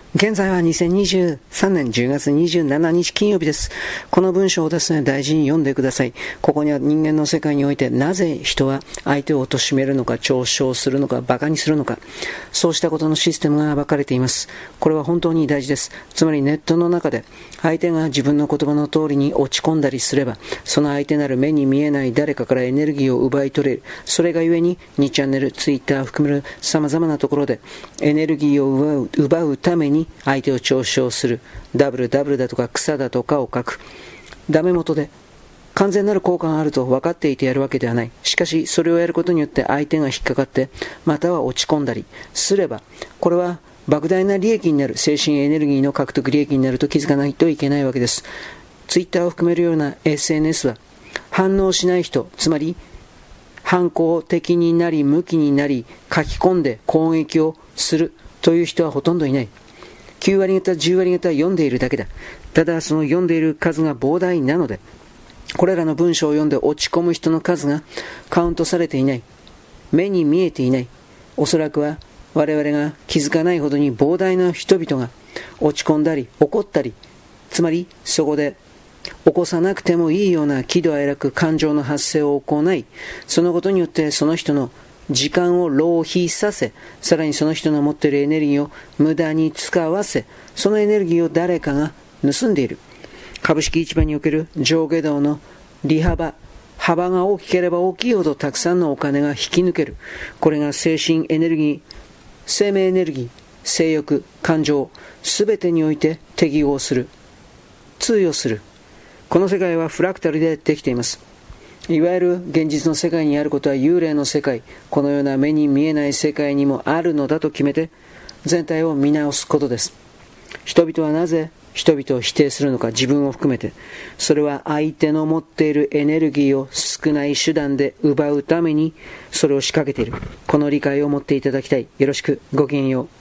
現在は2023年10月27日金曜日です。この文章をですね、大事に読んでください。ここには人間の世界においてなぜ人は相手を貶めるのか、嘲笑するのか、馬鹿にするのか、そうしたことのシステムが暴かれています。これは本当に大事です。つまりネットの中で相手が自分の言葉の通りに落ち込んだりすれば、その相手なる目に見えない誰かからエネルギーを奪い取れる。それがゆえに2チャンネル、ツイッター含める様々なところでエネルギーを奪うために相手を嘲笑する、ダブルだとか草だとかを書く。ダメ元で完全なる効果があると分かっていてやるわけではない。しかしそれをやることによって相手が引っかかってまたは落ち込んだりすれば、これは莫大な利益になる、精神エネルギーの獲得利益になると気づかないといけないわけです。ツイッターを含めるような SNS は反応しない人、つまり反抗的になり無気になり書き込んで攻撃をするという人はほとんどいない。9割方、10割方読んでいるだけだ。ただその読んでいる数が膨大なので、これらの文章を読んで落ち込む人の数がカウントされていない。目に見えていない。おそらくは我々が気づかないほどに膨大な人々が落ち込んだり怒ったり、つまりそこで起こさなくてもいいような喜怒哀楽感情の発生を行い、そのことによってその人の時間を浪費させ、さらにその人の持っているエネルギーを無駄に使わせ、そのエネルギーを誰かが盗んでいる。株式市場における上下動の利幅が大きければ大きいほどたくさんのお金が引き抜ける。これが精神エネルギー、生命エネルギー、性欲、感情、すべてにおいて適合する、通用する。この世界はフラクタルでできています。いわゆる現実の世界にあることは幽霊の世界、このような目に見えない世界にもあるのだと決めて全体を見直すことです。人々はなぜ人々を否定するのか、自分を含めて。それは相手の持っているエネルギーを少ない手段で奪うためにそれを仕掛けている。この理解を持っていただきたい。よろしく。ごきげんよう。